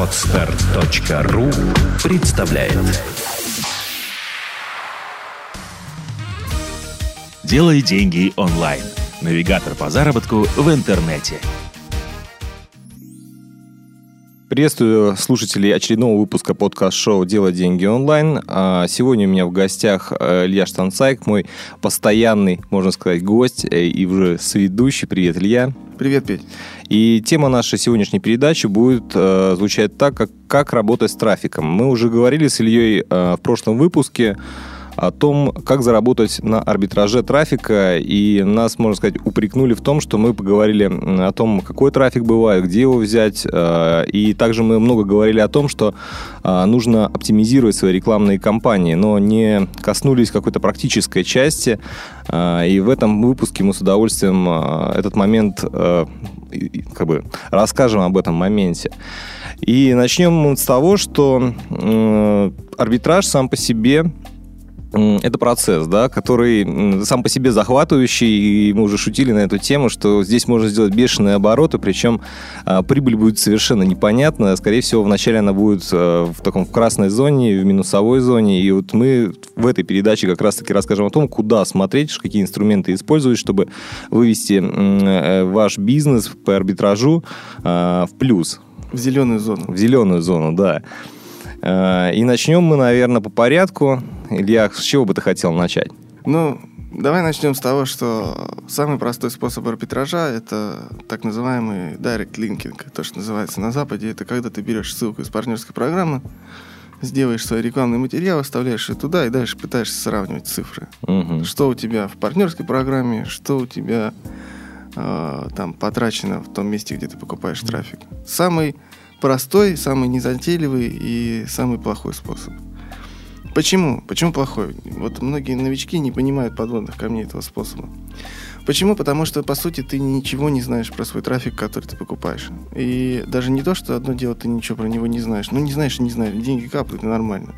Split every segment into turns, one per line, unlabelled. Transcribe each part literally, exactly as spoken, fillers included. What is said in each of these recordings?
Подстер точка ру представляет. Делай деньги онлайн. Навигатор по заработку в интернете.
Приветствую слушателей очередного выпуска подкаст-шоу «Делай деньги онлайн». Сегодня у меня в гостях Илья Штанцайк, мой постоянный, можно сказать, гость и уже соведущий. Привет, Илья.
Привет, Петь.
И тема нашей сегодняшней передачи будет э, звучать так, как, как работать с трафиком. Мы уже говорили с Ильей э, в прошлом выпуске о том, как заработать на арбитраже трафика, и нас, можно сказать, упрекнули в том, что мы поговорили о том, какой трафик бывает, где его взять, и также мы много говорили о том, что нужно оптимизировать свои рекламные кампании, но не коснулись какой-то практической части, и в этом выпуске мы с удовольствием этот момент как бы расскажем об этом моменте. И начнем мы с того, что арбитраж сам по себе это процесс, да, который сам по себе захватывающий, и мы уже шутили на эту тему, что здесь можно сделать бешеные обороты, причем а, прибыль будет совершенно непонятна. Скорее всего, вначале она будет а, в таком в красной зоне, в минусовой зоне, и вот мы в этой передаче как раз-таки расскажем о том, куда смотреть, какие инструменты использовать, чтобы вывести м, ваш бизнес по арбитражу а, в плюс.
В зеленую зону.
В зеленую зону, да. И начнем мы, наверное, по порядку. Илья, с чего бы ты хотел начать?
Ну, давай начнем с того, что самый простой способ арбитража – это так называемый direct linking, то, что называется на Западе. Это когда ты берешь ссылку из партнерской программы, сделаешь свой рекламный материал, вставляешь ее туда и дальше пытаешься сравнивать цифры. Угу. Что у тебя в партнерской программе, что у тебя э, там потрачено в том месте, где ты покупаешь трафик. Самый простой, самый незатейливый и самый плохой способ. Почему? Почему плохой? Вот многие новички не понимают подводных камней этого способа. Почему? Потому что, по сути, ты ничего не знаешь про свой трафик, который ты покупаешь. И даже не то, что одно дело, ты ничего про него не знаешь. Ну, не знаешь и не знаешь. Деньги капают, нормально.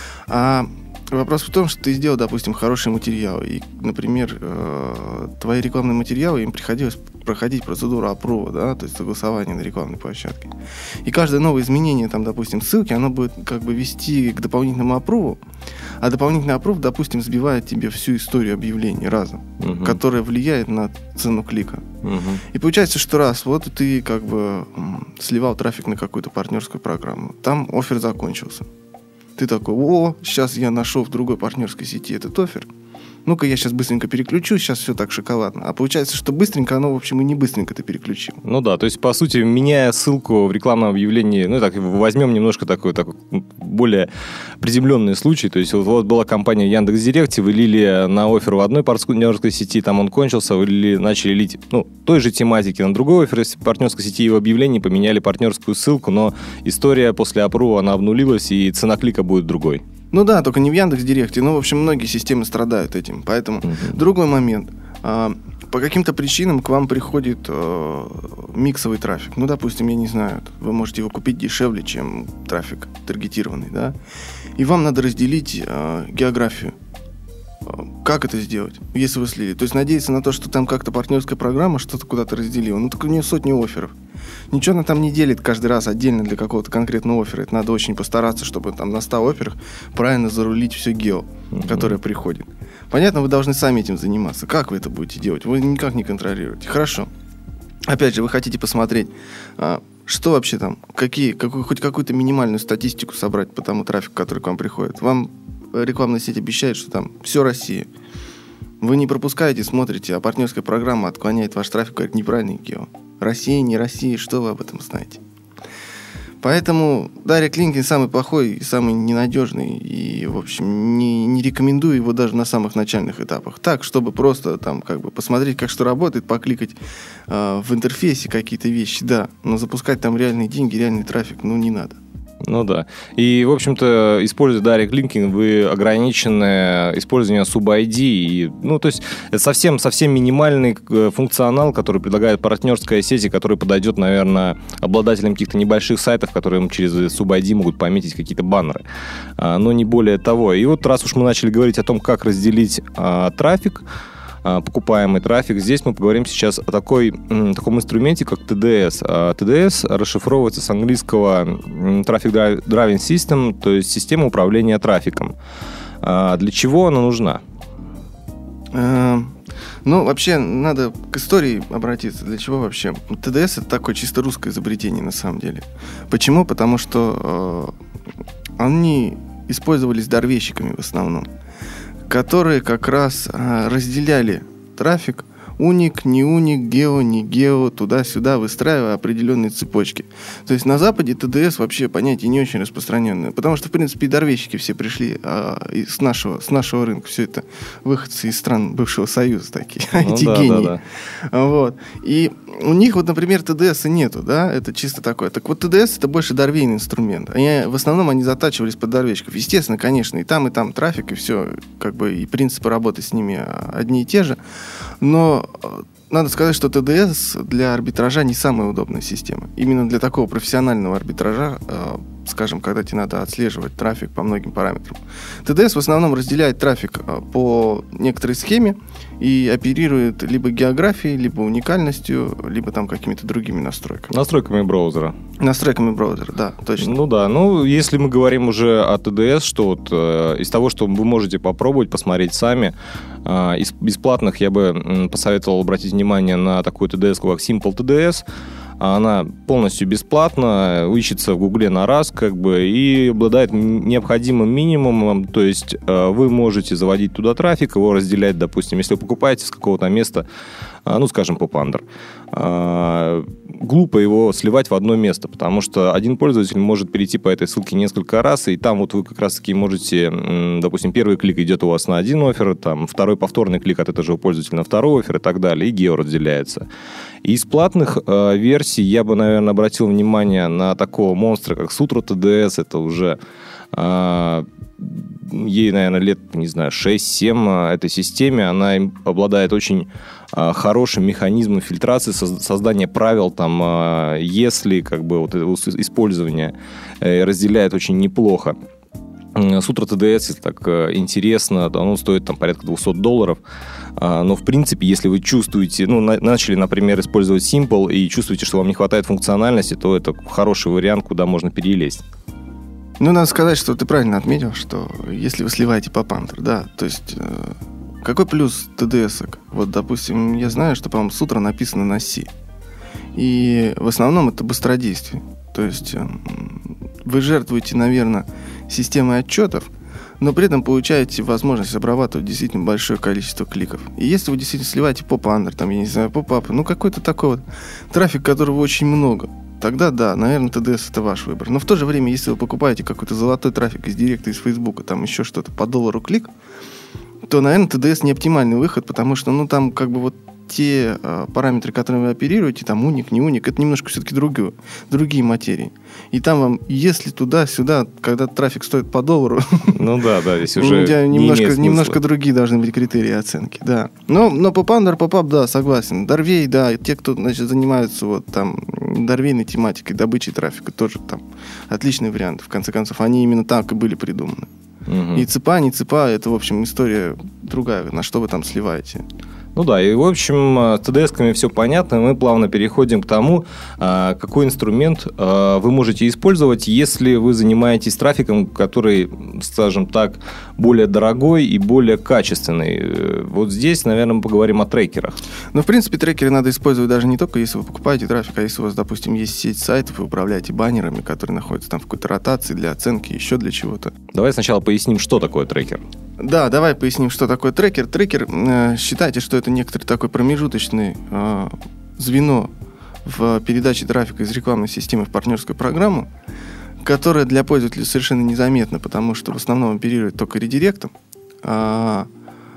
А вопрос в том, что ты сделал, допустим, хороший материал. И, например, э, твои рекламные материалы, им приходилось проходить процедуру апрува, да, то есть согласования на рекламной площадке. И каждое новое изменение, там, допустим, ссылки, оно будет как бы вести к дополнительному апруву, а дополнительный аппрув, допустим, сбивает тебе всю историю объявлений разом, угу. которая влияет на цену клика. Угу. И получается, что раз, вот ты как бы сливал трафик на какую-то партнерскую программу, там оффер закончился. Ты такой: о, сейчас я нашел в другой партнерской сети этот оффер. Ну-ка, я сейчас быстренько переключу, сейчас все так шоколадно. А получается, что быстренько оно, в общем, и не быстренько ты переключил.
Ну да, то есть, по сути, меняя ссылку в рекламном объявлении, ну так, возьмем немножко такой, такой более приземленный случай. То есть, вот, вот была компания Яндекс.Директ, вы лили на оффер в одной партнерской сети, там он кончился, вы лили, начали лить, ну, той же тематики на другой оффер из партнерской сети, и в объявлении поменяли партнерскую ссылку, но история после апрува, она обнулилась, и цена клика будет другой.
Ну да, только не в Яндекс.Директе, но, в общем, многие системы страдают этим. Поэтому uh-huh. другой момент. А, по каким-то причинам к вам приходит а, миксовый трафик. Ну, допустим, я не знаю, вы можете его купить дешевле, чем трафик таргетированный, да? И вам надо разделить а, географию. А, как это сделать, если вы слили? То есть надеяться на то, что там как-то партнерская программа что-то куда-то разделила. Ну, так у нее сотни офферов. Ничего она там не делит каждый раз отдельно для какого-то конкретного оффера. Это надо очень постараться, чтобы там на ста офферах правильно зарулить все гео, uh-huh. которое приходит. Понятно, вы должны сами этим заниматься. Как вы это будете делать? Вы никак не контролируете. Хорошо. Опять же, вы хотите посмотреть, а, что вообще там, какие, какую, хоть какую-то минимальную статистику собрать по тому трафику, который к вам приходит. Вам рекламная сеть обещает, что там все Россия. Вы не пропускаете, смотрите, а партнерская программа отклоняет ваш трафик, говорит, неправильный гео. Россия, не Россия, что вы об этом знаете? Поэтому direct linking самый плохой и самый ненадежный. И, в общем, не, не рекомендую его даже на самых начальных этапах. Так, чтобы просто там как бы посмотреть, как что работает, покликать э, в интерфейсе какие-то вещи, да. Но запускать там реальные деньги, реальный трафик, ну, не надо.
Ну да. И, в общем-то, используя direct linking, вы ограничены использованием суб-ай ди. И, ну, то есть, это совсем, совсем минимальный функционал, который предлагает партнерская сеть, и который подойдет, наверное, обладателям каких-то небольших сайтов, которые через суб-ай ди могут пометить какие-то баннеры. Но не более того. И вот раз уж мы начали говорить о том, как разделить а, трафик, покупаемый трафик. Здесь мы поговорим сейчас о такой, таком инструменте, как ти ди эс. ти ди эс расшифровывается с английского Traffic Driving System, то есть система управления трафиком. Для чего она нужна?
Ну, вообще, надо к истории обратиться. Для чего вообще? ти ди эс — это такое чисто русское изобретение, на самом деле. Почему? Потому что э, они использовались дорвейщиками в основном, которые как раз э, разделяли трафик уник, не уник, гео, не гео, туда-сюда, выстраивая определенные цепочки. То есть на Западе ти ди эс вообще понятие не очень распространенное, потому что, в принципе, и дорвейщики все пришли а, из нашего, с нашего рынка. Все это выходцы из стран бывшего Союза такие, ну, эти да, гении. Да, да. Вот. И у них, вот, например, ти ди эс нету, да, это чисто такое. Так вот, ти ди эс — это больше дорвейный инструмент. Они, в основном они затачивались под дорвейщиков. Естественно, конечно, и там, и там трафик, и все, как бы, и принципы работы с ними одни и те же. Но надо сказать, что ти ди эс для арбитража не самая удобная система. Именно для такого профессионального арбитража, э, скажем, когда тебе надо отслеживать трафик по многим параметрам. ти ди эс в основном разделяет трафик э, по некоторой схеме и оперирует либо географией, либо уникальностью, либо там какими-то другими настройками.
Настройками браузера.
Настройками браузера, да, точно.
Ну да, ну если мы говорим уже о ти ди эс, что вот э, из того, что вы можете попробовать, посмотреть сами, э, из бесплатных я бы э, посоветовал обратить внимание на такую ти ди эс, как Simple ти ди эс. Она полностью бесплатна, ищется в Гугле на раз, как бы, и обладает необходимым минимумом. То есть э, вы можете заводить туда трафик, его разделять, допустим, если вы покупаете с какого-то места, э, ну, скажем, PopUnder. Э, глупо его сливать в одно место, потому что один пользователь может перейти по этой ссылке несколько раз, и там вот вы как раз-таки можете, э, допустим, первый клик идет у вас на один оффер, там, второй повторный клик от этого же пользователя на второй оффер и так далее, и гео разделяется. И из платных э, версий я бы, наверное, обратил внимание на такого монстра, как Sutro ти ди эс. Это уже э, ей, наверное, лет, не знаю, шесть-семь этой системе. Она обладает очень э, хорошим механизмом фильтрации, со- создания правил, там, э, если как бы вот это использование э, разделяет очень неплохо. Sutro ти ди эс, если так интересно, оно стоит там порядка двести долларов. Но, в принципе, если вы чувствуете, ну, на, начали, например, использовать Simple и чувствуете, что вам не хватает функциональности, то это хороший вариант, куда можно перелезть.
Ну, надо сказать, что ты правильно отметил, что если вы сливаете PopUnder, да, то есть э, какой плюс ти ди эс-ок? Вот, допустим, я знаю, что, по-моему, Sutro написано на C. И в основном это быстродействие. То есть э, вы жертвуете, наверное, системой отчетов, но при этом получаете возможность обрабатывать действительно большое количество кликов. И если вы действительно сливаете PopUnder, там, я не знаю, поп-ап, ну какой-то такой вот трафик, которого очень много, тогда да, наверное, ти ди эс это ваш выбор. Но в то же время, если вы покупаете какой-то золотой трафик из Директа, из Фейсбука, там еще что-то по доллару клик, то, наверное, ти ди эс не оптимальный выход, потому что, ну, там как бы вот те э, параметры, которыми вы оперируете, там уник, не уник, это немножко все-таки другие, другие материи. И там вам, если туда-сюда, когда трафик стоит по доллару,
ну да, да, здесь уже
немножко, немножко другие должны быть критерии оценки, да. Но, но PopUnder, PopUp, да, согласен. Дорвей, да, те, кто, значит, занимаются вот там дорвейной тематикой, добычей трафика, тоже там отличный вариант. В конце концов, они именно так и были придуманы. Угу. И цепа, не цепа, это, в общем, история другая, на что вы там сливаете.
Ну да, и в общем с ти ди эс-ками все понятно. Мы плавно переходим к тому, какой инструмент вы можете использовать, если вы занимаетесь трафиком, который, скажем так, более дорогой и более качественный. Вот здесь, наверное, мы поговорим о трекерах.
Ну, в принципе, трекеры надо использовать даже не только если вы покупаете трафик, а если у вас, допустим, есть сеть сайтов, вы управляете баннерами, которые находятся там в какой-то ротации для оценки, еще для чего-то.
Давай сначала поясним, что такое трекер.
Да, давай поясним, что такое трекер. Трекер, э, считайте, что это некоторый такой промежуточный э, звено в передаче трафика из рекламной системы в партнерскую программу, которая для пользователя совершенно незаметна, потому что в основном оперирует только редиректом, э,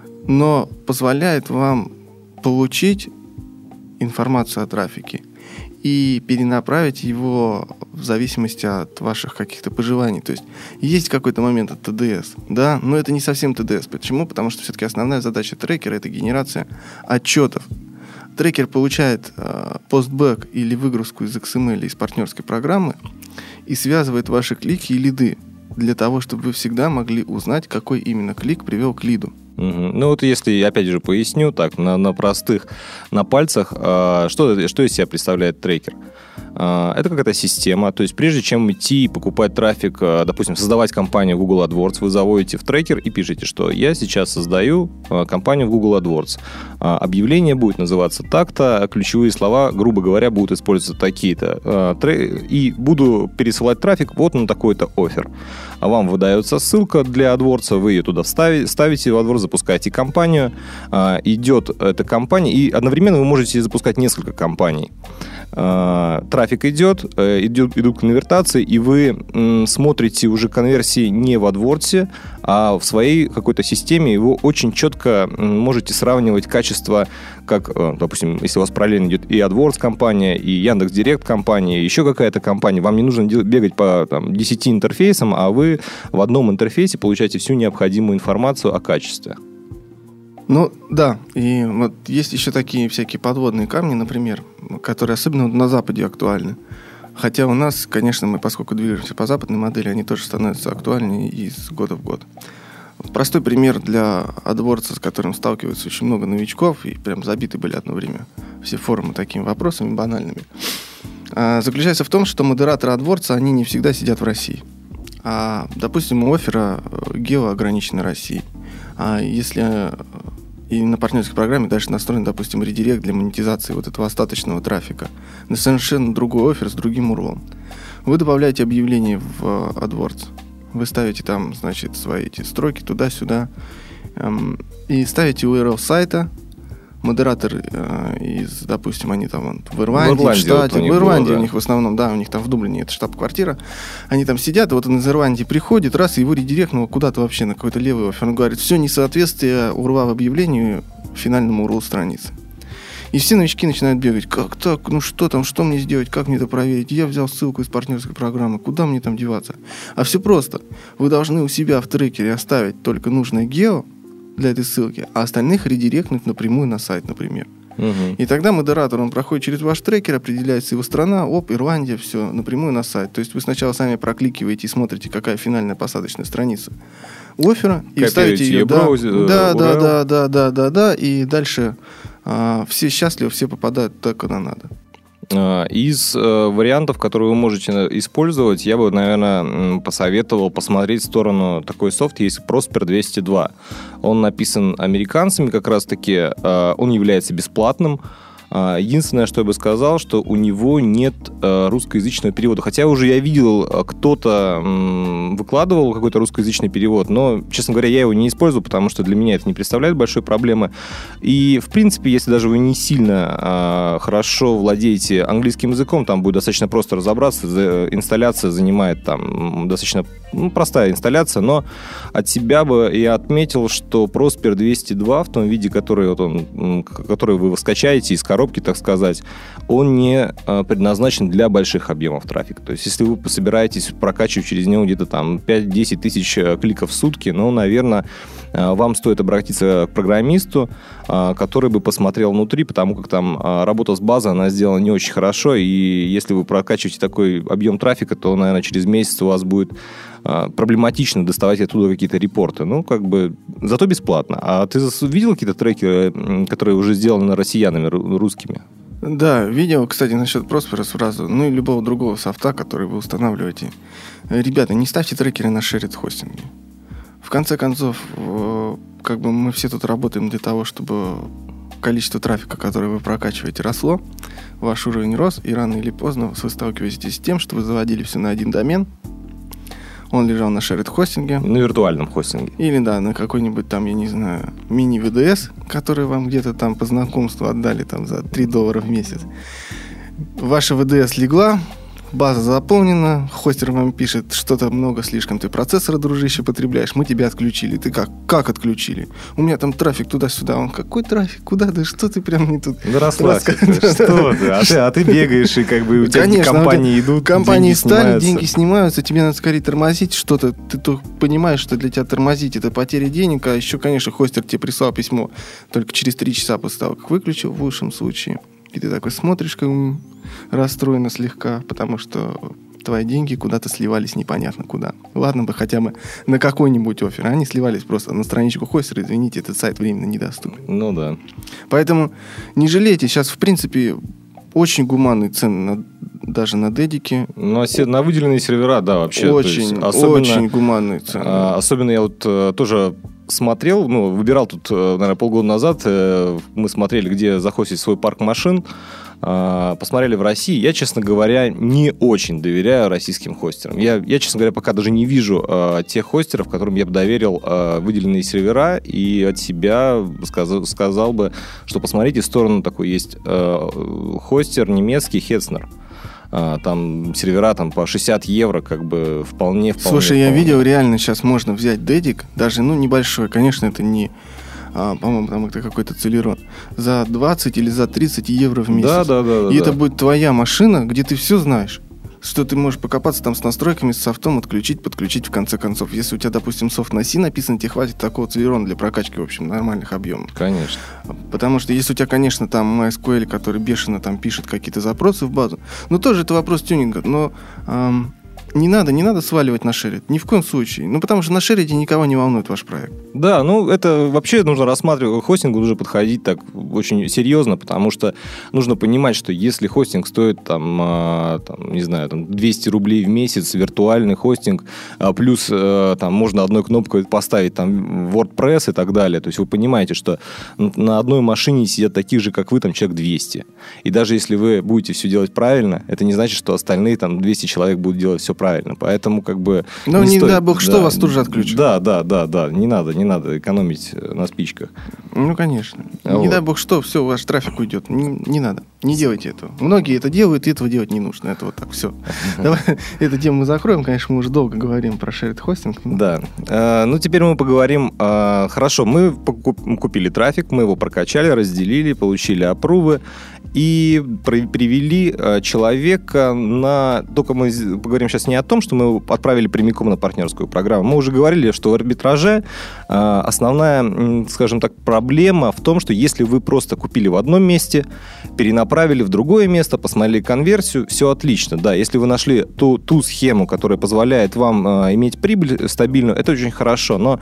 но позволяет вам получить информацию о трафике и перенаправить его в зависимости от ваших каких-то пожеланий. То есть есть какой-то момент от ти ди эс, да, но это не совсем ти ди эс. Почему? Потому что все-таки основная задача трекера — это генерация отчетов. Трекер получает э, постбэк или выгрузку из икс эм эль из партнерской программы и связывает ваши клики и лиды для того, чтобы вы всегда могли узнать, какой именно клик привел к лиду.
Угу. Ну вот если, опять же, поясню так, на, на простых, на пальцах, э, что, что из себя представляет трекер? Э, это какая-то система, то есть прежде чем идти и покупать трафик, э, допустим, создавать компанию Google AdWords, вы заводите в трекер и пишете, что я сейчас создаю э, компанию в Google AdWords. Э, объявление будет называться так-то, ключевые слова, грубо говоря, будут использоваться такие-то. Э, тре- и буду пересылать трафик вот на такой-то оффер. А вам выдается ссылка для AdWords, вы ее туда вставите, ставите в AdWords, запускаете компанию, э, идет эта компания, и одновременно вы можете запускать несколько компаний. Э, трафик идет, э, идет, идут конвертации, и вы э, смотрите уже конверсии не в AdWords, а в своей какой-то системе, и вы очень четко э, можете сравнивать качество, как, э, допустим, если у вас параллельно идет и AdWords компания, и Яндекс.Директ компания, и еще какая-то компания, вам не нужно бегать по там, десяти интерфейсам, а вы в одном интерфейсе получаете всю необходимую информацию о качестве.
Ну, да, и вот есть еще такие всякие подводные камни, например, которые особенно на Западе актуальны. Хотя у нас, конечно, мы, поскольку движемся по западной модели, они тоже становятся актуальнее из года в год. Простой пример для AdWords, с которым сталкиваются очень много новичков, и прям забиты были одно время все форумы такими вопросами банальными, заключается в том, что модераторы AdWords, они не всегда сидят в России. А, допустим, у оффера гео ограничено Россией. А если и на партнерской программе дальше настроен, допустим, редирект для монетизации вот этого остаточного трафика на совершенно другой оффер с другим урлом, вы добавляете объявление в AdWords. Вы ставите там, значит, свои эти строки туда-сюда эм, и ставите ю ар эл сайта. Модератор э, из, допустим, они там вон, в Ирландии, в, в штате, вот в Ирландии было, да. У них в основном, да, у них там в Дублине это штаб-квартира, они там сидят, и вот он из Ирландии приходит, раз, и его редиректнул куда-то вообще на какой-то левый оффер. Он говорит, все несоответствие урла в объявлению финальному урлу страницы. И все новички начинают бегать. Как так? Ну что там? Что мне сделать? Как мне это проверить? Я взял ссылку из партнерской программы. Куда мне там деваться? А все просто. Вы должны у себя в трекере оставить только нужное гео для этой ссылки, а остальных редиректнуть напрямую на сайт, например. Uh-huh. И тогда модератор, он проходит через ваш трекер, определяется его страна, оп, Ирландия, все, напрямую на сайт. То есть вы сначала сами прокликиваете и смотрите, какая финальная посадочная страница оффера, и ставите ее, да, браузер, да, да, да, да, да, да, да, и дальше а, все счастливы, все попадают так, куда надо.
Из э, вариантов, которые вы можете использовать, я бы, наверное, посоветовал посмотреть в сторону такой софт, есть Prosper двести два. Он написан американцами как раз-таки, э, он является бесплатным. Единственное, что я бы сказал, что у него нет э, русскоязычного перевода. Хотя уже я видел, кто-то м, выкладывал какой-то русскоязычный перевод, но, честно говоря, я его не использую, потому что для меня это не представляет большой проблемы. И, в принципе, если даже вы не сильно э, хорошо владеете английским языком, там будет достаточно просто разобраться. Инсталляция занимает там достаточно ну, простая инсталляция, но от себя бы я отметил, что Prosper двести два в том виде, который, вот он, который вы скачаете из коробки, так сказать, он не предназначен для больших объемов трафика. То есть, если вы собираетесь прокачивать через него где-то там пять-десять тысяч кликов в сутки, ну, наверное, вам стоит обратиться к программисту, который бы посмотрел внутри, потому как там работа с базой, она сделана не очень хорошо, и если вы прокачиваете такой объем трафика, то, наверное, через месяц у вас будет проблематично доставать оттуда какие-то репорты. Ну, как бы, зато бесплатно. А ты видел какие-то треки, которые уже сделаны россиянами, русскими?
Да, видел, кстати, насчет Prospera сразу, ну и любого другого софта, который вы устанавливаете. Ребята, не ставьте трекеры на shared хостинге. В конце концов, как бы мы все тут работаем для того, чтобы количество трафика, который вы прокачиваете, росло, ваш уровень рос, и рано или поздно вы сталкиваетесь с тем, что вы заводили все на один домен, он лежал на shared хостинге.
На виртуальном хостинге.
Или, да, на какой-нибудь там, я не знаю, мини-ви ди эс, который вам где-то там по знакомству отдали там за три доллара в месяц. Ваша ви ди эс легла, база заполнена, хостер вам пишет, что-то много слишком ты процессора, дружище, потребляешь, мы тебя отключили. Ты как? Как отключили? У меня там трафик туда-сюда. Он, какой трафик? Куда? Да что ты прям не тут?
Да расслабься. Что ты? А, ты? а ты бегаешь, и как бы у тебя Конечно, компании идут,
компании
деньги
стали,
снимаются.
деньги снимаются, тебе надо скорее тормозить что-то. Ты только понимаешь, что для тебя тормозить это потеря денег, а еще, конечно, хостер тебе прислал письмо только через три часа после того, как выключил, в лучшем случае. И ты такой смотришь, как расстроенно слегка, потому что твои деньги куда-то сливались непонятно куда. Ладно бы хотя бы на какой-нибудь оффер. Они сливались просто на страничку хостера. Извините, этот сайт временно недоступен.
Ну да.
Поэтому не жалейте. Сейчас, в принципе, очень гуманные цены на, даже на дедике.
Ну, а на выделенные сервера, да, вообще.
Очень,
то есть, особенно,
очень гуманные цены.
А, особенно я вот а, тоже смотрел, ну, выбирал тут, наверное, полгода назад, а, мы смотрели, где захостить свой парк машин, а, посмотрели в России. Я, честно говоря, не очень доверяю российским хостерам. Я, я честно говоря, пока даже не вижу а, тех хостеров, которым я бы доверил а, выделенные сервера, и от себя сказал, сказал бы, что посмотрите, в сторону такой есть а, хостер немецкий, Hetzner. А, там сервера там, по шестьдесят евро, как бы вполне, вполне.
Слушай,
вполне.
я видел, реально сейчас можно взять дедик, даже, ну, небольшой, конечно, это не, а, по-моему, там это какой-то Celeron, за двадцать или за тридцать евро в месяц.
Да, да, да.
И
да,
это
да.
будет твоя машина, где ты все знаешь. Что ты можешь покопаться там с настройками, с софтом, отключить, подключить в конце концов. Если у тебя, допустим, софт на C написан, тебе хватит такого Celeron для прокачки, в общем, нормальных объемов.
Конечно.
Потому что если у тебя, конечно, там MySQL, который бешено там пишет какие-то запросы в базу, ну тоже это вопрос тюнинга, но эм, не надо, не надо сваливать на Share. Ни в коем случае. Ну, потому что на Share никого не волнует ваш проект.
Да, ну это вообще нужно рассматривать, к хостингу нужно подходить так очень серьезно, потому что нужно понимать, что если хостинг стоит там, а, там не знаю, там двести рублей в месяц, виртуальный хостинг, а, плюс а, там можно одной кнопкой поставить там WordPress и так далее, то есть вы понимаете, что на одной машине сидят таких же, как вы, там человек двести. И даже если вы будете все делать правильно, это не значит, что остальные там двести человек будут делать все правильно. Поэтому как бы...
Ну, не, не
стоит,
дай бог, что
да,
вас тут же отключат.
Да, да, да, да, не надо, не надо экономить на спичках.
Ну, конечно.
Вот.
Не дай бог что, все, ваш трафик уйдет. Не, не надо. Не делайте этого. Многие это делают, и этого делать не нужно. Это вот так, все. Давай эту тему мы закроем. Конечно, мы уже долго говорим про shared hosting.
Да. А, ну, теперь мы поговорим. А, хорошо, мы купили трафик, мы его прокачали, разделили, получили апрувы и привели человека на... Только мы поговорим сейчас не о том, что мы его отправили прямиком на партнерскую программу. Мы уже говорили, что в арбитраже основная, скажем так, проблема в том, что если вы просто купили в одном месте, перенаправили в другое место, посмотрели конверсию, все отлично. Да, если вы нашли ту, ту схему, которая позволяет вам иметь прибыль стабильную, это очень хорошо, но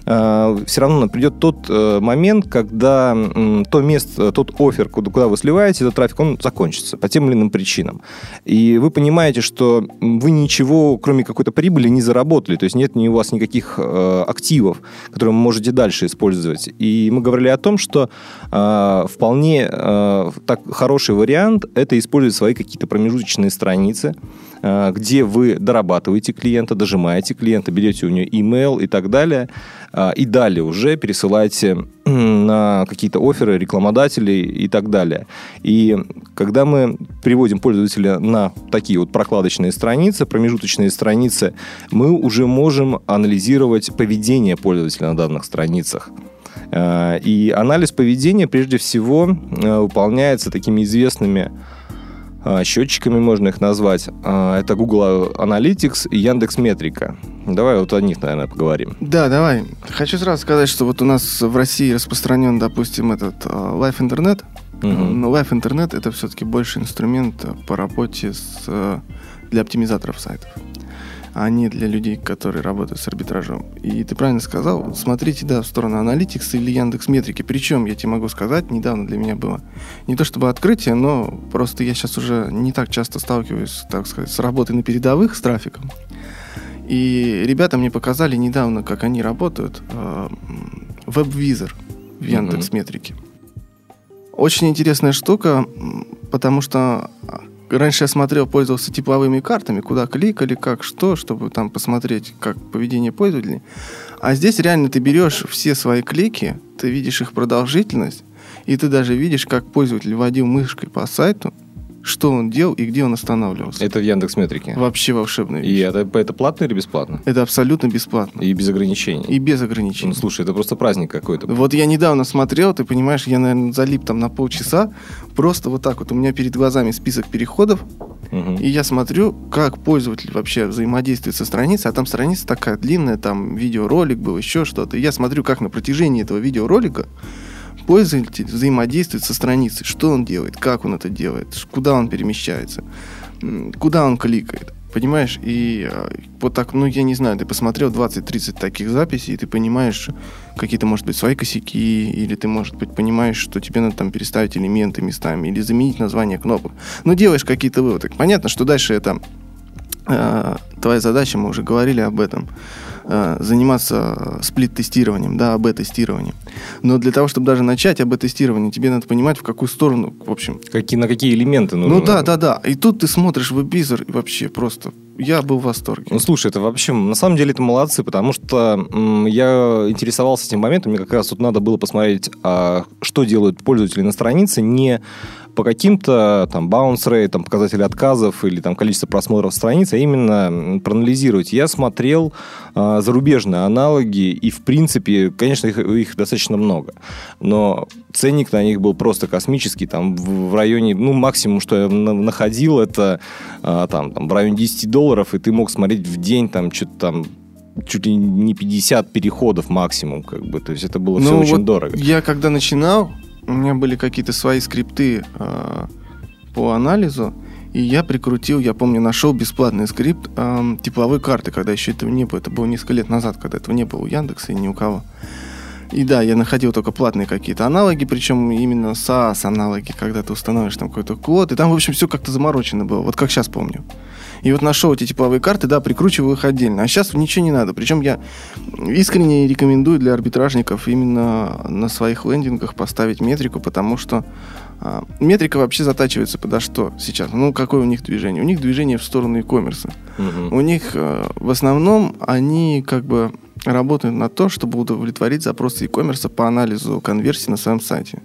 все равно придет тот момент, когда то место, тот оффер, куда, куда вы сливаете этот трафик, он закончится по тем или иным причинам. И вы понимаете, что вы ничего, кроме какой-то прибыли, не заработали. То есть нет ни у вас никаких э, активов, которые вы можете дальше использовать. И мы говорили о том, что э, вполне э, так, хороший вариант – это использовать свои какие-то промежуточные страницы, э, где вы дорабатываете клиента, дожимаете клиента, берете у него имейл и так далее, и далее уже пересылаете на какие-то офферы рекламодателей и так далее. И когда мы приводим пользователя на такие вот прокладочные страницы, промежуточные страницы, мы уже можем анализировать поведение пользователя на данных страницах. И анализ поведения прежде всего выполняется такими известными счетчиками, можно их назвать. Это Google Analytics и Яндекс.Метрика. Давай вот о них, наверное, поговорим.
Да, давай. Хочу сразу сказать, что вот у нас в России распространен, допустим, этот Live Internet. Uh-huh. Но Live Internet — это все-таки больше инструмент по работе с, для оптимизаторов сайтов, а не для людей, которые работают с арбитражом. И ты правильно сказал, смотрите, да, в сторону Analytics или Яндекс.Метрики. Причем, я тебе могу сказать, недавно для меня было не то чтобы открытие, но просто я сейчас уже не так часто сталкиваюсь, так сказать, с работой на передовых, с трафиком. И ребята мне показали недавно, как они работают. WebVisor в Яндекс.Метрике. Очень интересная штука, потому что раньше я смотрел, пользовался тепловыми картами, куда кликали, как, что, чтобы там посмотреть, как поведение пользователей. А здесь реально ты берешь все свои клики, ты видишь их продолжительность, и ты даже видишь, как пользователь водил мышкой по сайту, что он делал и где он останавливался.
Это в Яндекс.Метрике?
Вообще волшебная вещь.
И это, это платно или бесплатно?
Это абсолютно бесплатно.
И без ограничений?
И без ограничений.
Ну, слушай, это просто праздник какой-то.
Вот я недавно смотрел, ты понимаешь, я, наверное, залип там на полчаса, просто вот так вот. У меня перед глазами список переходов, угу. И я смотрю, как пользователь вообще взаимодействует со страницей, а там страница такая длинная, там видеоролик был, еще что-то. И я смотрю, как на протяжении этого видеоролика пользователь взаимодействует со страницей, что он делает, как он это делает, куда он перемещается, куда он кликает. Понимаешь? И вот так, ну, я не знаю, ты посмотрел двадцать-тридцать таких записей, и ты понимаешь какие-то, может быть, свои косяки, или ты, может быть, понимаешь, что тебе надо там переставить элементы местами, или заменить название кнопок. Ну, делаешь какие-то выводы. Понятно, что дальше это э, твоя задача, мы уже говорили об этом, э, заниматься сплит-тестированием, да, АБ-тестированием. Но для того, чтобы даже начать АБ-тестирование, тебе надо понимать, в какую сторону, в общем...
Какие, на какие элементы нужно.
Ну да, да, да. И тут ты смотришь веб-визор, и вообще просто... Я был в восторге.
Ну, слушай, это вообще... На самом деле это молодцы, потому что м, я интересовался этим моментом, мне как раз тут надо было посмотреть, а, что делают пользователи на странице, не по каким-то там bounce rate, там, показатели отказов или там количество просмотров страниц, а именно проанализировать. Я смотрел а, зарубежные аналоги, и в принципе, конечно, их, их достаточно много, но ценник на них был просто космический, там в, в районе, ну, максимум, что я на, находил, это а, там, там в районе десять долларов, и ты мог смотреть в день там что-то там чуть ли не пятьдесят переходов максимум, как бы, то есть это было ну, все очень
вот
дорого.
Я когда начинал, у меня были какие-то свои скрипты э, по анализу, и я прикрутил, я помню, нашел бесплатный скрипт э, тепловой карты, когда еще этого не было. Это было несколько лет назад, когда этого не было у Яндекса и ни у кого. И да, я находил только платные какие-то аналоги, причем именно SaaS-аналоги, когда ты установишь там какой-то код, и там, в общем, все как-то заморочено было, вот как сейчас помню. И вот нашел эти тепловые карты, да, прикручиваю их отдельно. А сейчас ничего не надо. Причем я искренне рекомендую для арбитражников именно на своих лендингах поставить метрику, потому что а, метрика вообще затачивается подо что сейчас? Ну, какое у них движение? У них движение в сторону e-commerce. Угу. У них а, в основном они как бы работают на то, чтобы удовлетворить запросы e-commerce по анализу конверсии на своем сайте.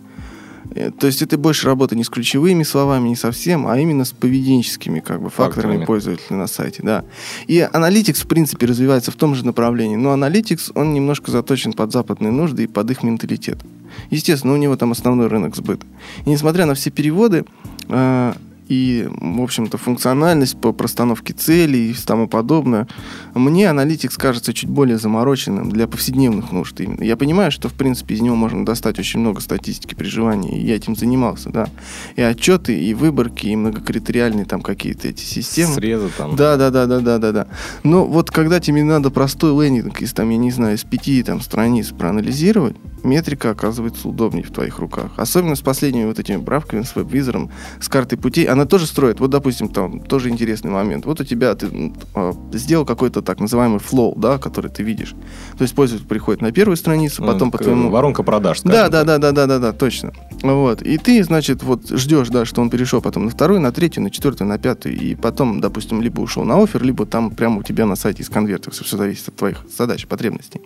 То есть это больше работа не с ключевыми словами, не совсем, а именно с поведенческими как бы, факторами, факторами пользователя на сайте. Да. И Analytics, в принципе, развивается в том же направлении. Но Analytics, он немножко заточен под западные нужды и под их менталитет. Естественно, у него там основной рынок сбыта. И несмотря на все переводы э, и, в общем-то, функциональность по простановке целей и тому подобное, мне Analytics кажется чуть более замороченным для повседневных нужд именно. Я понимаю, что, в принципе, из него можно достать очень много статистики при желании, и я этим занимался, да. И отчеты, и выборки, и многокритериальные там какие-то эти системы.
Срезы там.
Да, да, да, да, да, да, да. Но вот когда тебе надо простой лендинг из, там, я не знаю, из пяти там страниц проанализировать, метрика оказывается удобнее в твоих руках. Особенно с последними вот этими правками, с веб-визором, с картой путей. Она тоже строит, вот, допустим, там тоже интересный момент. Вот у тебя ты э, сделал какой-то так называемый флоу, да, который ты видишь. То есть пользователь приходит на первую страницу, ну, потом по твоему...
Воронка продаж, скажем.
Да, да, да, да, да, да, да, точно. Вот. И ты, значит, вот ждешь, да, что он перешел потом на вторую, на третью, на четвертую, на пятую, и потом, допустим, либо ушел на оффер, либо там прямо у тебя на сайте из конвертов. Все зависит от твоих задач, потребностей.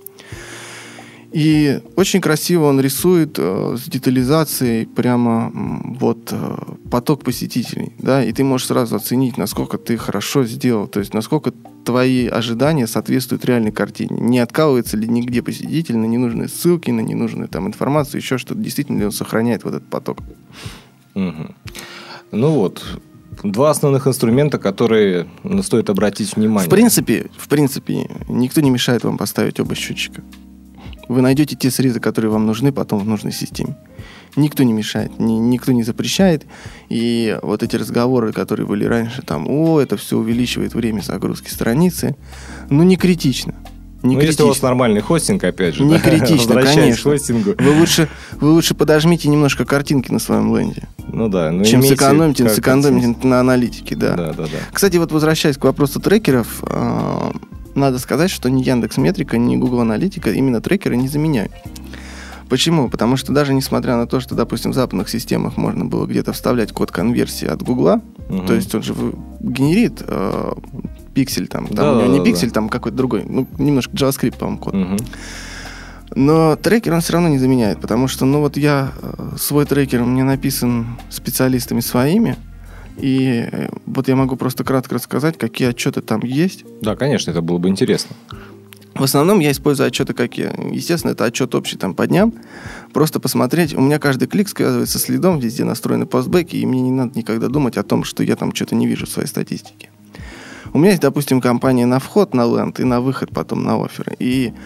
И очень красиво он рисует э, с детализацией прямо м, вот э, поток посетителей, да, и ты можешь сразу оценить, насколько ты хорошо сделал, то есть насколько твои ожидания соответствуют реальной картине, не откалывается ли нигде посетитель на ненужные ссылки, на ненужную там информацию, еще что-то, действительно ли он сохраняет вот этот поток.
Угу. Ну вот, два основных инструмента, которые стоит обратить внимание.
В принципе, в принципе, никто не мешает вам поставить оба счетчика. Вы найдете те срезы, которые вам нужны потом в нужной системе. Никто не мешает, ни, никто не запрещает. И вот эти разговоры, которые были раньше, там, о, это все увеличивает время загрузки страницы, ну, не критично. Не
ну, если у вас нормальный хостинг, опять же.
Не
да?
критично, конечно.
К хостингу.
Вы лучше, вы лучше подожмите немножко картинки на своем ленде.
Ну да. Ну,
чем сэкономите, сэкономите на аналитике, да.
Да, да, да.
Кстати, вот возвращаясь к вопросу трекеров, э- надо сказать, что ни Яндекс.Метрика, ни Google Аналитика именно трекеры не заменяют. Почему? Потому что даже несмотря на то, что, допустим, в западных системах можно было где-то вставлять код конверсии от Гугла, угу. То есть он же генерит э, пиксель, там, там да, у него да, не да, пиксель, да. Там какой-то другой, ну, немножко JavaScript, по-моему, код. Угу. Но трекер он все равно не заменяет, потому что, ну, вот я, свой трекер у меня написан специалистами своими, и вот я могу просто кратко рассказать, какие отчеты там есть.
Да, конечно, это было бы интересно.
В основном я использую отчеты какие. Естественно, это отчет общий там по дням. Просто посмотреть. У меня каждый клик связывается с лидом, везде настроены постбэки, и мне не надо никогда думать о том, что я там что-то не вижу в своей статистике. У меня есть, допустим, компания на вход, на ленд и на выход потом на офферы. И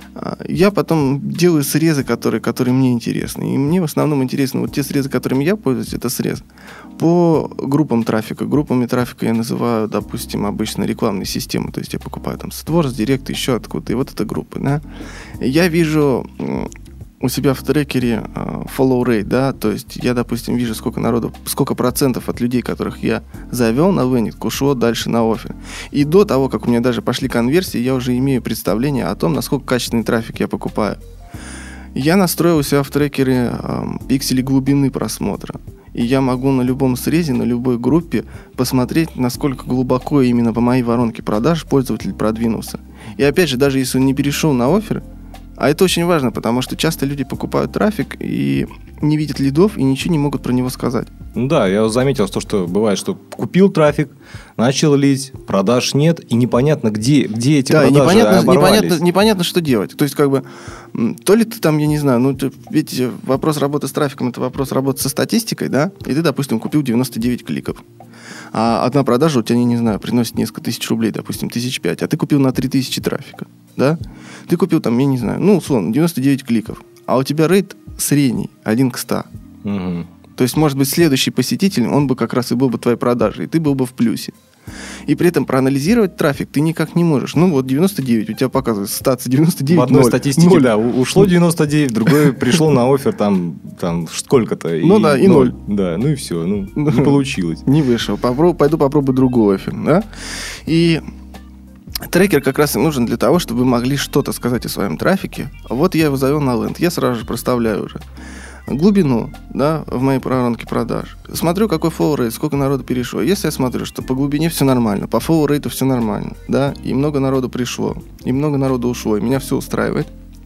Я потом делаю срезы, которые, которые мне интересны. И мне в основном интересны вот те срезы, которыми я пользуюсь, это срез по группам трафика. Группами трафика я называю, допустим, обычно рекламные системы. То есть я покупаю там Stores, Direct, еще откуда-то. И вот это группы. Да? Я вижу у себя в трекере follow rate, да, то есть я, допустим, вижу, сколько народу, сколько процентов от людей, которых я завел на вендинг, ушло дальше на оффер. И до того, как у меня даже пошли конверсии, я уже имею представление о том, насколько качественный трафик я покупаю. Я настроил у себя в трекере э, пиксели глубины просмотра. И я могу на любом срезе, на любой группе посмотреть, насколько глубоко именно по моей воронке продаж пользователь продвинулся. И опять же, даже если он не перешел на оффер, а это очень важно, потому что часто люди покупают трафик и не видят лидов и ничего не могут про него сказать.
Ну да, я заметил, то, что бывает, что купил трафик, начал лить, продаж нет, и непонятно, где, где эти
да,
продажи
непонятно, непонятно, непонятно, что делать. То есть, как бы, то ли ты там, я не знаю, ну, ты, ведь вопрос работы с трафиком – это вопрос работы со статистикой, да, и ты, допустим, купил девяносто девять кликов. А одна продажа у тебя, я не знаю, приносит несколько тысяч рублей, допустим, тысяч пять, а ты купил на три тысячи трафика, да? Ты купил там, я не знаю, ну, условно, девяносто девять кликов, а у тебя рейт средний, один к ста.
Угу.
То есть, может быть, следующий посетитель, он бы как раз и был бы твоей продажей, и ты был бы в плюсе. И при этом проанализировать трафик ты никак не можешь. Ну вот девяносто девять, у тебя показывает стация девяносто девять.
В одной
ноль,
статистике,
ноль.
да, ушло девяносто девять, другой пришло на оффер там, там сколько-то.
Ну да, и ноль.
Да, ну и все, ну не получилось.
Не вышел. Попробую, пойду попробую другой оффер, да? И трекер как раз и нужен для того, чтобы вы могли что-то сказать о своем трафике. Вот я его завел на ленд, я сразу же проставляю уже глубину, да, в моей воронке продаж. Смотрю, какой follow rate, сколько народу перешло. Если я смотрю, что по глубине все нормально, по follow rate все нормально, да, и много народу пришло, и много народу ушло, и меня все устраивает,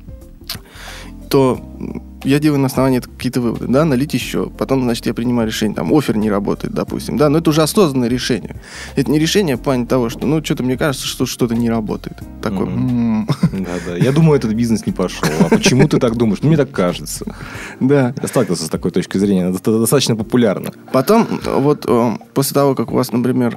то я делаю на основании какие-то выводы, да, налить еще, потом, значит, я принимаю решение, там, оффер не работает, допустим, да, но это уже осознанное решение. Это не решение в плане того, что, ну, что-то мне кажется, что что-то не работает. Такой.
Да-да, я думаю, этот бизнес не пошел. А почему ты так думаешь? Ну, мне так кажется.
Да.
Я сталкивался с такой точкой зрения, это достаточно популярно.
Потом, вот, после того, как у вас, например,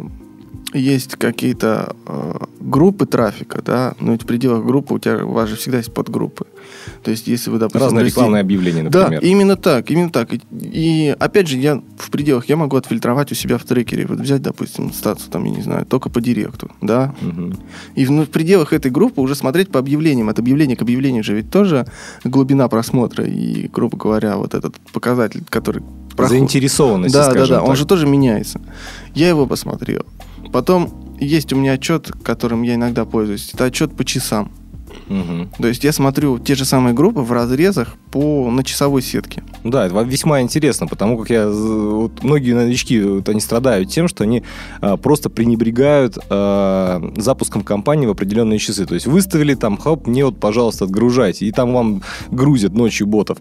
есть какие-то э, группы трафика, да, но ведь в пределах группы у тебя, у вас же всегда есть подгруппы. То есть, если вы, допустим...
Разные
расти...
рекламные объявления, например.
Да, именно так, именно так. И, и, опять же, я в пределах, я могу отфильтровать у себя в трекере, вот взять, допустим, статус, там, я не знаю, только по директу, да,
угу.
И в, ну, в пределах этой группы уже смотреть по объявлениям. От объявления к объявлению же ведь тоже глубина просмотра и, грубо говоря, вот этот показатель, который... Проход...
Заинтересованность,
да,
скажем
да, да,
так.
он же тоже меняется. Я его посмотрел. Потом есть у меня отчет, которым я иногда пользуюсь. Это отчет по часам.
Угу.
То есть я смотрю те же самые группы в разрезах по, на часовой сетке.
Да, это весьма интересно, потому как я, вот, многие новички, вот, они страдают тем, что они а, просто пренебрегают а, запуском компании в определенные часы. То есть выставили там, хоп, мне вот, пожалуйста, отгружайте. И там вам грузят ночью ботов.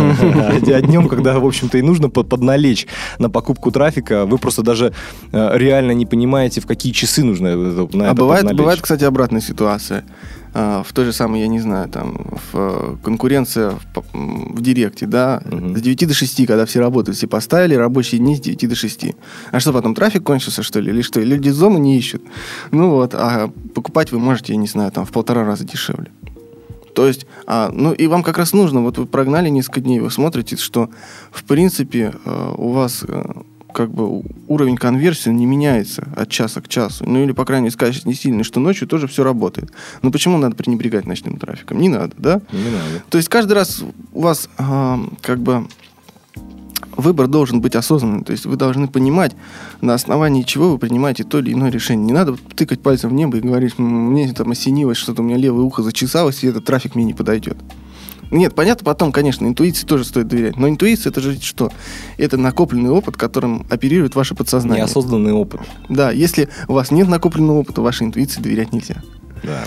А днем, когда, в общем-то, и нужно подналечь на покупку трафика, вы просто даже реально не понимаете, в какие часы нужно на это
подналечь. А бывает, кстати, обратная ситуация. В той же самой, я не знаю, там, в конкуренция в, в Директе, да, uh-huh. с девяти до шести, когда все работают, все поставили рабочие дни с девяти до шести. А что, потом трафик кончился, что ли? Или что? Люди зоны не ищут. Ну вот, а покупать вы можете, я не знаю, там, в полтора раза дешевле. То есть, а, ну и вам как раз нужно, вот вы прогнали несколько дней, вы смотрите, что, в принципе, у вас... как бы уровень конверсии не меняется от часа к часу. Ну или, по крайней мере, скачать не сильно, что ночью тоже все работает. Но почему надо пренебрегать ночным трафиком? Не надо, да?
Не надо.
То есть каждый раз у вас э, как бы выбор должен быть осознанным. То есть вы должны понимать, на основании чего вы принимаете то или иное решение. Не надо тыкать пальцем в небо и говорить, мне там осенилось, что-то у меня левое ухо зачесалось, и этот трафик мне не подойдет. Нет, понятно, потом, конечно, интуиции тоже стоит доверять. Но интуиция — это же что? Это накопленный опыт, которым оперирует ваше подсознание.
Неосознанный опыт.
Да, если у вас нет накопленного опыта, вашей интуиции доверять нельзя.
Да.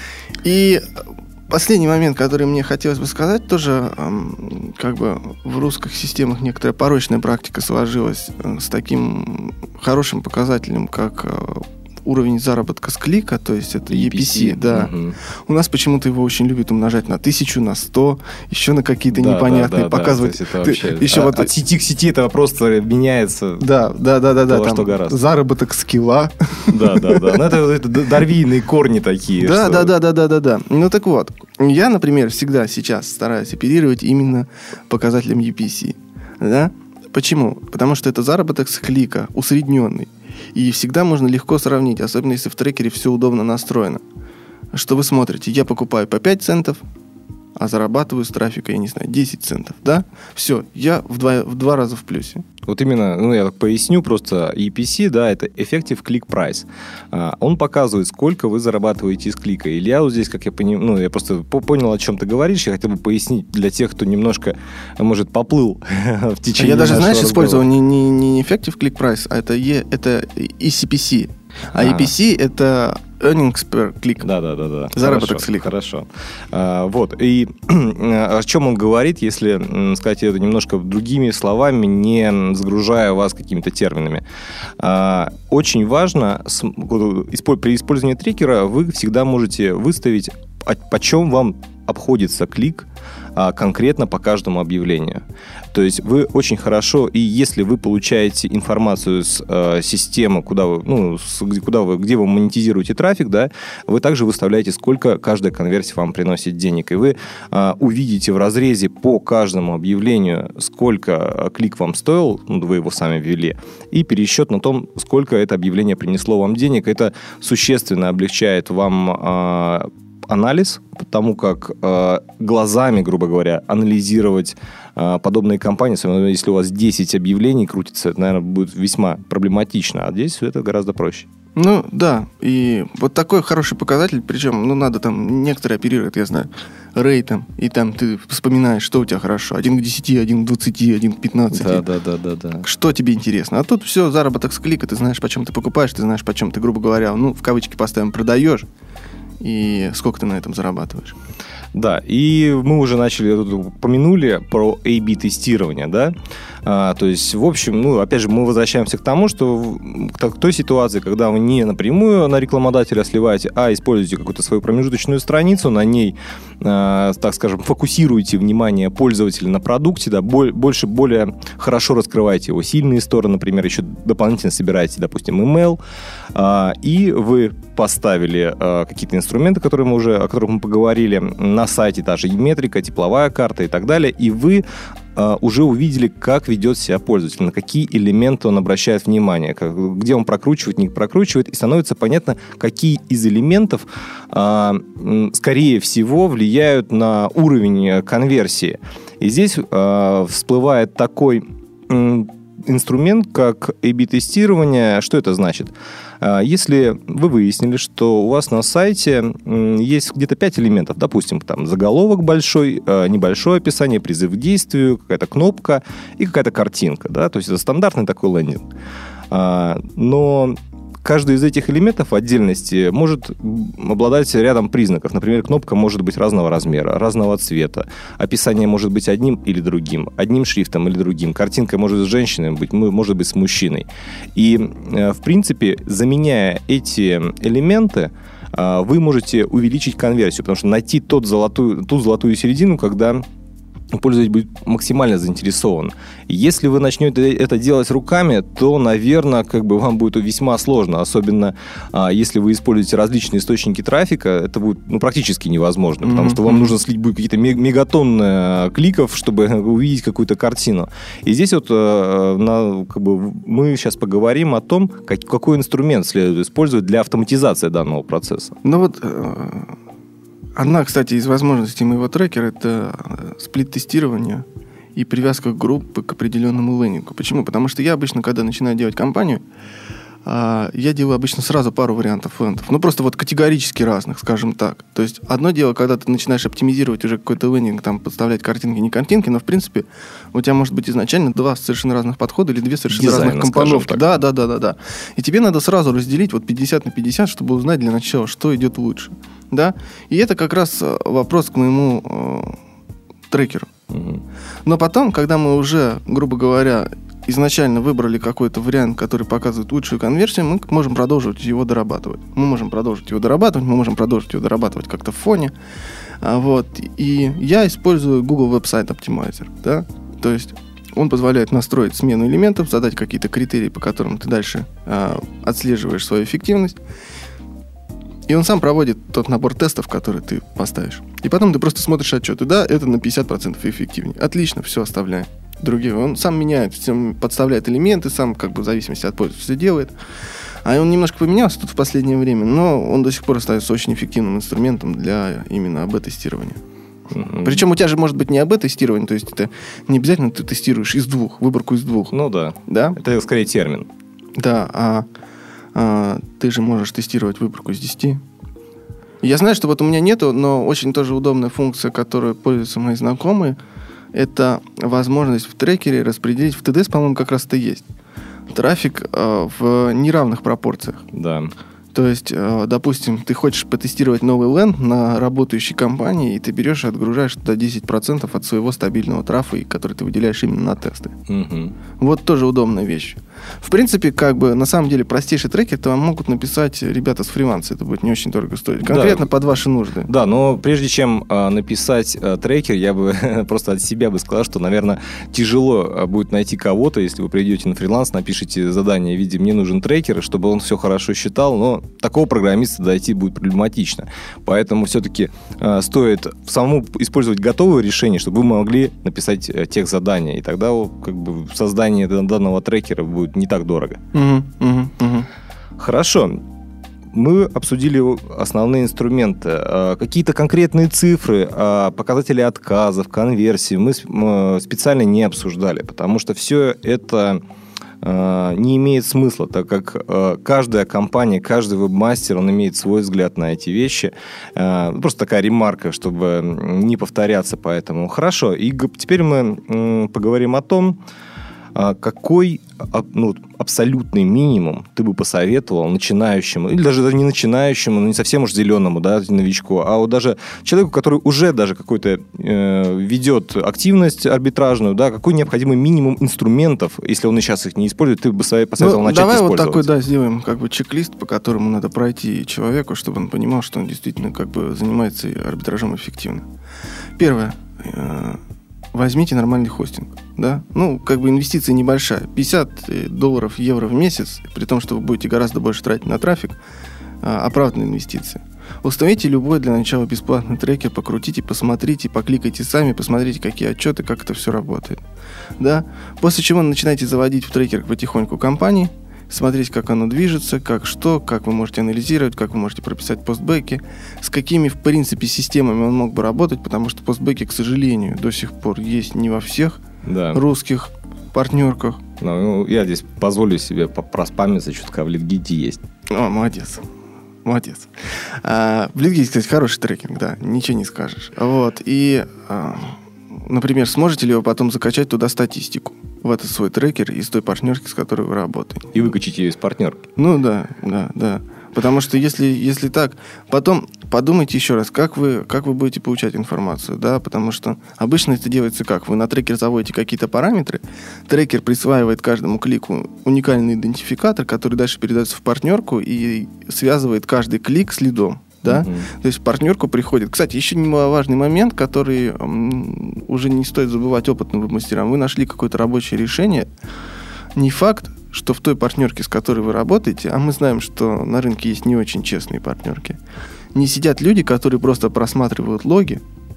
И последний момент, который мне хотелось бы сказать, тоже как бы в русских системах некоторая порочная практика сложилась с таким хорошим показателем, как уровень заработка с клика, то есть это и пи си, да.
Угу.
У нас почему-то его очень любят умножать на тысячу, на сто, еще на какие-то
да,
непонятные,
да, да,
показывать.
Да, это
Ты,
вообще...
еще
а,
вот...
От сети к сети это просто меняется.
Да, да, да, да, да.
Там что гораздо.
Заработок скилла.
Да, да, да. Ну, это, это дарвийные корни такие.
Да,
что...
да, да, да, да, да, да. Ну так вот, я, например, всегда сейчас стараюсь оперировать именно показателем и пи си. Да? Почему? Потому что это заработок с клика, усредненный. И всегда можно легко сравнить, особенно если в трекере все удобно настроено. Что вы смотрите, я покупаю по пять центов, а зарабатываю с трафика, я не знаю, десять центов, да? Все, я в два, в два раза в плюсе.
Вот именно, ну, я так поясню, просто и пи си, да, это Effective Click Price. А, он показывает, сколько вы зарабатываете из клика. Илья вот здесь, как я понимаю, ну, я просто понял, о чем ты говоришь, я хотел бы пояснить для тех, кто немножко, может, поплыл в течение
Я даже, знаешь,
разговора.
использовал не, не, не Effective Click Price, а это, e, это и си пи си. А, а и пи си это earnings per click.
Да, да, да, да.
Заработок
хорошо,
с клика.
Хорошо. А, вот. И о чем он говорит, если сказать это немножко другими словами, не загружая вас какими-то терминами. А, очень важно, при использовании трекера вы всегда можете выставить, почем вам обходится клик конкретно по каждому объявлению. То есть вы очень хорошо, и если вы получаете информацию с э, системы, куда вы, ну, с, куда вы, где вы монетизируете трафик, да, вы также выставляете, сколько каждая конверсия вам приносит денег. И вы э, увидите в разрезе по каждому объявлению, сколько клик вам стоил, ну, вы его сами ввели, и пересчет на том, сколько это объявление принесло вам денег. Это существенно облегчает вам э, анализ, потому как э, глазами, грубо говоря, анализировать э, подобные компании, особенно если у вас десять объявлений крутится, это, наверное, будет весьма проблематично, а здесь это гораздо проще.
Ну, да, и вот такой хороший показатель, причем, ну, надо там, некоторые оперируют, я знаю, рейтом, и там ты вспоминаешь, что у тебя хорошо, один к десяти, один к двадцати, один к пятнадцати.
Да, да, да, да, да.
Что тебе интересно? А тут все, заработок с клика, ты знаешь, почем ты покупаешь, ты знаешь, почем ты, грубо говоря, ну, в кавычки поставим, продаешь, и сколько ты на этом зарабатываешь.
Да, и мы уже начали, упомянули про эй би-тестирование, да, а, то есть, в общем, ну, опять же, мы возвращаемся к тому, что к той ситуации, когда вы не напрямую на рекламодателя сливаете, а используете какую-то свою промежуточную страницу, на ней, а, так скажем, фокусируете внимание пользователя на продукте, да, больше, более хорошо раскрываете его сильные стороны, например, еще дополнительно собираете, допустим, email, а, и вы поставили а, какие-то инструменты, которые мы уже, о которых мы поговорили, на сайте, та же метрика, тепловая карта и так далее, и вы а, уже увидели, как ведет себя пользователь, на какие элементы он обращает внимание, как, где он прокручивает, не прокручивает, и становится понятно, какие из элементов, а, скорее всего, влияют на уровень конверсии. И здесь а, всплывает такой м, инструмент, как эй би-тестирование. Что это значит? Если вы выяснили, что у вас на сайте есть где-то пять элементов, допустим, там заголовок большой, небольшое описание, призыв к действию, какая-то кнопка и какая-то картинка, да, то есть это стандартный такой лендинг. Но каждый из этих элементов в отдельности может обладать рядом признаков. Например, кнопка может быть разного размера, разного цвета. Описание может быть одним или другим, одним шрифтом или другим. Картинка может с женщиной быть, может быть с мужчиной. И, в принципе, заменяя эти элементы, вы можете увеличить конверсию, потому что найти тот золотую, ту золотую середину, когда пользователь будет максимально заинтересован. Если вы начнете это делать руками, то, наверное, как бы вам будет весьма сложно, особенно а, если вы используете различные источники трафика, это будет ну, практически невозможно, потому mm-hmm. что вам нужно слить будет какие-то мегатонны кликов, чтобы увидеть какую-то картину. И здесь вот а, на, как бы, мы сейчас поговорим о том, как, какой инструмент следует использовать для автоматизации данного процесса.
Ну вот... Одна, кстати, из возможностей моего трекера – это сплит-тестирование и привязка группы к определенному лендингу. Почему? Потому что я обычно, когда начинаю делать кампанию, я делаю обычно сразу пару вариантов лендов. Ну, просто вот категорически разных, скажем так. То есть одно дело, когда ты начинаешь оптимизировать уже какой-то лендинг, там, подставлять картинки, не картинки, но, в принципе, у тебя может быть изначально два совершенно разных подхода или две совершенно
Дизайна,
разных компоновки. Да, да, да, да, да. И тебе надо сразу разделить вот пятьдесят на пятьдесят, чтобы узнать для начала, что идет лучше. Да? И это как раз вопрос к моему э, трекеру.
Угу.
Но потом, когда мы уже, грубо говоря, изначально выбрали какой-то вариант, который показывает лучшую конверсию, мы можем продолжить его дорабатывать. Мы можем продолжить его дорабатывать, мы можем продолжить его дорабатывать как-то в фоне. Вот. И я использую Google Website Optimizer. Да? То есть он позволяет настроить смену элементов, задать какие-то критерии, по которым ты дальше э, отслеживаешь свою эффективность. И он сам проводит тот набор тестов, который ты поставишь. И потом ты просто смотришь отчеты. Да, это на пятьдесят процентов эффективнее. Отлично, все оставляем. Другие. Он сам меняет, сам подставляет элементы, сам как бы в зависимости от пользователя все делает. А он немножко поменялся тут в последнее время, но он до сих пор остается очень эффективным инструментом для именно эй би-тестирования. Mm-hmm. Причем у тебя же может быть не эй би-тестирование, то есть это не обязательно ты тестируешь из двух, выборку из двух.
Ну да.
Да?
Это скорее термин.
Да, а, а ты же можешь тестировать выборку из десяти. Я знаю, что вот у меня нету, но очень тоже удобная функция, которой пользуются мои знакомые, это возможность в трекере распределить, в ти ди эс, по-моему, как раз это есть, трафик э, в неравных пропорциях.
Да.
То есть, э, допустим, ты хочешь потестировать новый ленд на работающей компании, и ты берешь и отгружаешь туда десять процентов от своего стабильного трафика, который ты выделяешь именно на тесты.
Угу.
Вот тоже удобная вещь. В принципе, как бы, на самом деле, простейший трекер то вам могут написать ребята с фриланса. Это будет не очень дорого стоить. Конкретно да. под ваши нужды.
Да, но прежде чем э, написать э, трекер, я бы просто от себя бы сказал, что, наверное, тяжело будет найти кого-то, если вы придете на фриланс, напишите задание в виде «мне нужен трекер», чтобы он все хорошо считал, но такого программиста дойти будет проблематично. Поэтому все-таки э, стоит самому использовать готовые решения, чтобы вы могли написать э, тех задания. И тогда как бы создание данного трекера будет не так дорого.
Угу, угу, угу.
Хорошо. Мы обсудили основные инструменты. Э, какие-то конкретные цифры, э, показатели отказов, конверсии мы э, специально не обсуждали, потому что все это не имеет смысла, так как э, каждая компания, каждый веб-мастер, он имеет свой взгляд на эти вещи. Э, просто такая ремарка, чтобы не повторяться. Поэтому хорошо. И теперь мы э, поговорим о том, э, какой ну, абсолютный минимум ты бы посоветовал начинающему, или даже не начинающему, но не совсем уж зеленому, да, новичку, а вот даже человеку, который уже даже какой-то э, ведет активность арбитражную, да, какой необходимый минимум инструментов, если он и сейчас их не использует, ты бы посоветовал
ну,
начать
давай
использовать.
Давай вот такой, да, сделаем как бы чек-лист, по которому надо пройти человеку, чтобы он понимал, что он действительно как бы занимается арбитражом эффективно. Первое. Возьмите нормальный хостинг, да, ну, как бы инвестиция небольшая, пятьдесят долларов, евро в месяц, при том, что вы будете гораздо больше тратить на трафик, оправданные инвестиции. Установите любой для начала бесплатный трекер, покрутите, посмотрите, покликайте сами, посмотрите, какие отчеты, как это все работает, да, после чего начинаете заводить в трекер потихоньку компании, смотреть, как оно движется, как что, как вы можете анализировать, как вы можете прописать постбэки, с какими, в принципе, системами он мог бы работать, потому что постбэки, к сожалению, до сих пор есть не во всех да. русских партнерках.
Ну, я здесь позволю себе проспамиться, чутка в Литгите есть.
О, молодец. Молодец. А, в Литгите, кстати, хороший трекинг, да, ничего не скажешь. Вот, и, а, например, сможете ли вы потом закачать туда статистику в этот свой трекер из той партнерки, с которой вы работаете.
И выкачать ее из партнерки.
Ну да, да, да. Потому что если, если так, потом подумайте еще раз, как вы, как вы будете получать информацию, да, потому что обычно это делается как? Вы на трекер заводите какие-то параметры, трекер присваивает каждому клику уникальный идентификатор, который дальше передается в партнерку и связывает каждый клик с лидом. Да? Uh-huh. То есть в партнерку приходит. Кстати, еще немаловажный момент, который м, уже не стоит забывать опытным веб-мастерам. Вы нашли какое-то рабочее решение. Не факт, что в той партнерке, с которой вы работаете, а мы знаем, что на рынке есть не очень честные партнерки, не сидят люди, которые просто просматривают логи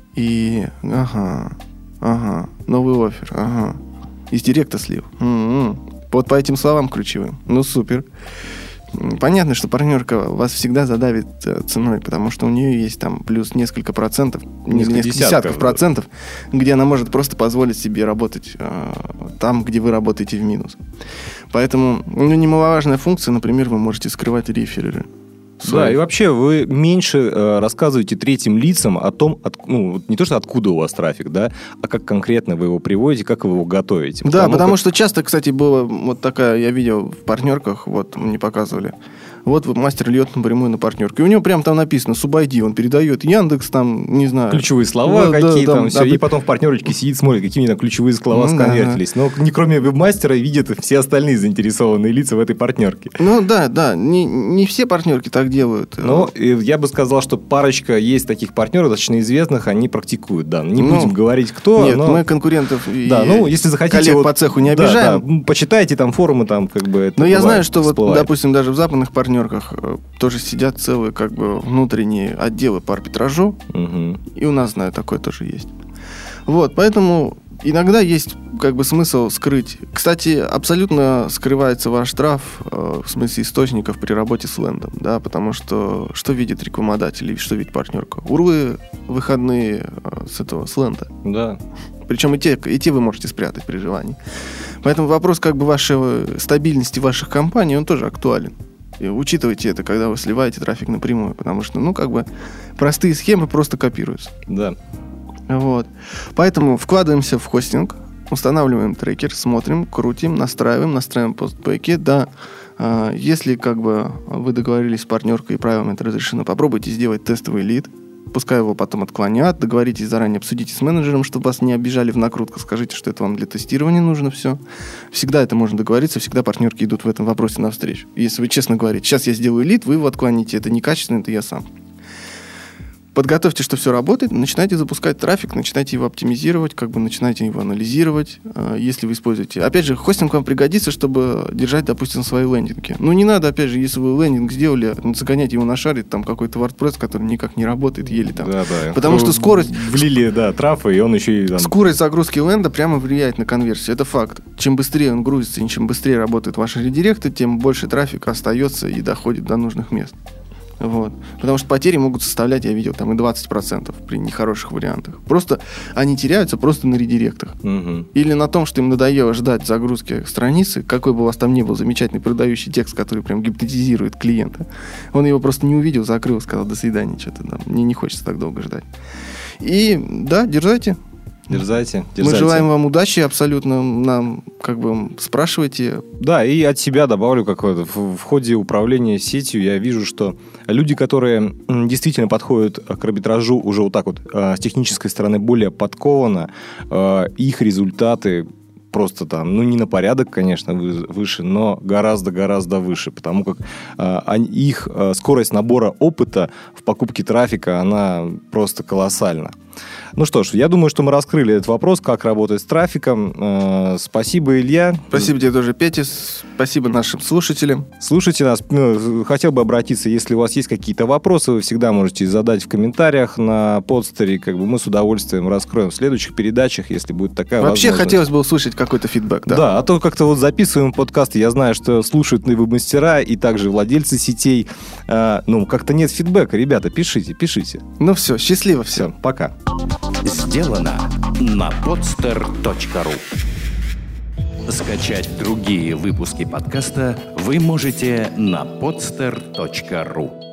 и ага, ага, новый оффер, ага, из директа слил. М-м-м. Вот по этим словам ключевым. Ну, супер. Понятно, что партнерка вас всегда задавит ценой, потому что у нее есть там плюс несколько процентов, несколько, несколько десятков, десятков процентов, где она может просто позволить себе работать э, там, где вы работаете в минус. Поэтому, ну, немаловажная функция, например, вы можете скрывать рефереры.
Да, и вообще вы меньше э, рассказываете третьим лицам о том, от, ну, не то, что откуда у вас трафик, да, а как конкретно вы его приводите, как вы его готовите.
Да, потому, потому как... что часто, кстати, было вот такая, я видел в партнерках, вот мне показывали, Вот мастер льет напрямую на партнерку. И у него прям там написано субайди, он передает Яндекс, там, не знаю.
Ключевые слова
да,
какие
да,
там,
да,
все.
да,
И потом в партнерочке сидит, смотрит, какие там ключевые слова
ну,
сконвертились. Да, да. Но не кроме веб-мастера видят все остальные заинтересованные лица в этой партнерке.
Ну да, да, не, не все партнерки так делают.
Но я бы сказал, что парочка есть таких партнеров, достаточно известных, они практикуют, да. Не ну, будем говорить, кто.
Нет,
но...
мы конкурентов и
да, ну, если захотите,
коллег
вот,
по цеху не обижаем.
Да, да, почитайте там форумы, там как бы это.
Но я знаю, что
всплывает.
вот, допустим, даже в западных партнерках тоже сидят целые как бы внутренние отделы по арбитражу.
Угу.
И у нас, знаю, такое тоже есть. Вот, поэтому иногда есть как бы смысл скрыть. Кстати, абсолютно скрывается ваш штраф э, в смысле источников при работе с лендом, да, потому что что видит рекламодатель и что видит партнерка? Урлы выходные э, с этого, с ленда.
Да.
Причем и те, и те вы можете спрятать при желании. Поэтому вопрос как бы вашей стабильности ваших компаний, он тоже актуален. И учитывайте это, когда вы сливаете трафик напрямую, потому что, ну, как бы простые схемы просто копируются.
Да.
Вот. Поэтому вкладываемся в хостинг, устанавливаем трекер, смотрим, крутим, настраиваем, настраиваем постбэки. Да, если как бы вы договорились с партнеркой и правилами это разрешено, попробуйте сделать тестовый лид. Пускай его потом отклонят, договоритесь заранее, обсудите с менеджером, чтобы вас не обижали в накрутку, скажите, что это вам для тестирования нужно все. Всегда это можно договориться, всегда партнерки идут в этом вопросе навстречу. Если вы честно говорите, сейчас я сделаю лид, вы его отклоните, это некачественно, это я сам. Подготовьте, что все работает, начинайте запускать трафик, начинайте его оптимизировать, как бы начинайте его анализировать, если вы используете. Опять же, хостинг вам пригодится, чтобы держать, допустим, свои лендинги. Ну, не надо, опять же, если вы лендинг сделали, загонять его на шаре, там какой-то WordPress, который никак не работает, еле там.
Да, да.
Потому что скорость...
Влили, да, трафа, и он еще и... Там...
Скорость загрузки ленда прямо влияет на конверсию. Это факт. Чем быстрее он грузится, и чем быстрее работают ваши редиректы, тем больше трафика остается и доходит до нужных мест. Вот. Потому что потери могут составлять, я видел, там и двадцать процентов при нехороших вариантах. Просто они теряются просто на редиректах.
Угу.
Или на том, что им надоело ждать загрузки страницы, какой бы у вас там ни был замечательный продающий текст, который прям гипнотизирует клиента. Он его просто не увидел, закрыл, сказал до свидания, что-то там. Мне не хочется так долго ждать. И да, дерзайте.
Дерзайте, дерзайте.
Мы желаем вам удачи абсолютно. Нам как бы спрашивайте.
Да, и от себя добавлю, как в, в ходе управления сетью я вижу, что люди, которые действительно подходят к арбитражу уже вот так вот с технической стороны более подкованно, их результаты просто там, ну, не на порядок, конечно, выше, но гораздо-гораздо выше, потому как э, их э, скорость набора опыта в покупке трафика, она просто колоссальна. Ну что ж, я думаю, что мы раскрыли этот вопрос, как работать с трафиком. Э, спасибо, Илья.
Спасибо тебе тоже, Петя. Спасибо нашим слушателям.
Слушайте нас. Хотел бы обратиться, если у вас есть какие-то вопросы, вы всегда можете задать в комментариях на подстере. Как бы мы с удовольствием раскроем в следующих передачах, если будет такая
Вообще
возможность.
хотелось бы услышать какой-то фидбэк. Да,
да, а то как-то вот записываем подкасты, я знаю, что слушают веб-мастера и также владельцы сетей. Э, ну, как-то нет фидбэка. Ребята, пишите, пишите.
Ну все, счастливо всем.
Все, пока.
Сделано на podster точка ру. Скачать другие выпуски подкаста вы можете на podster точка ру.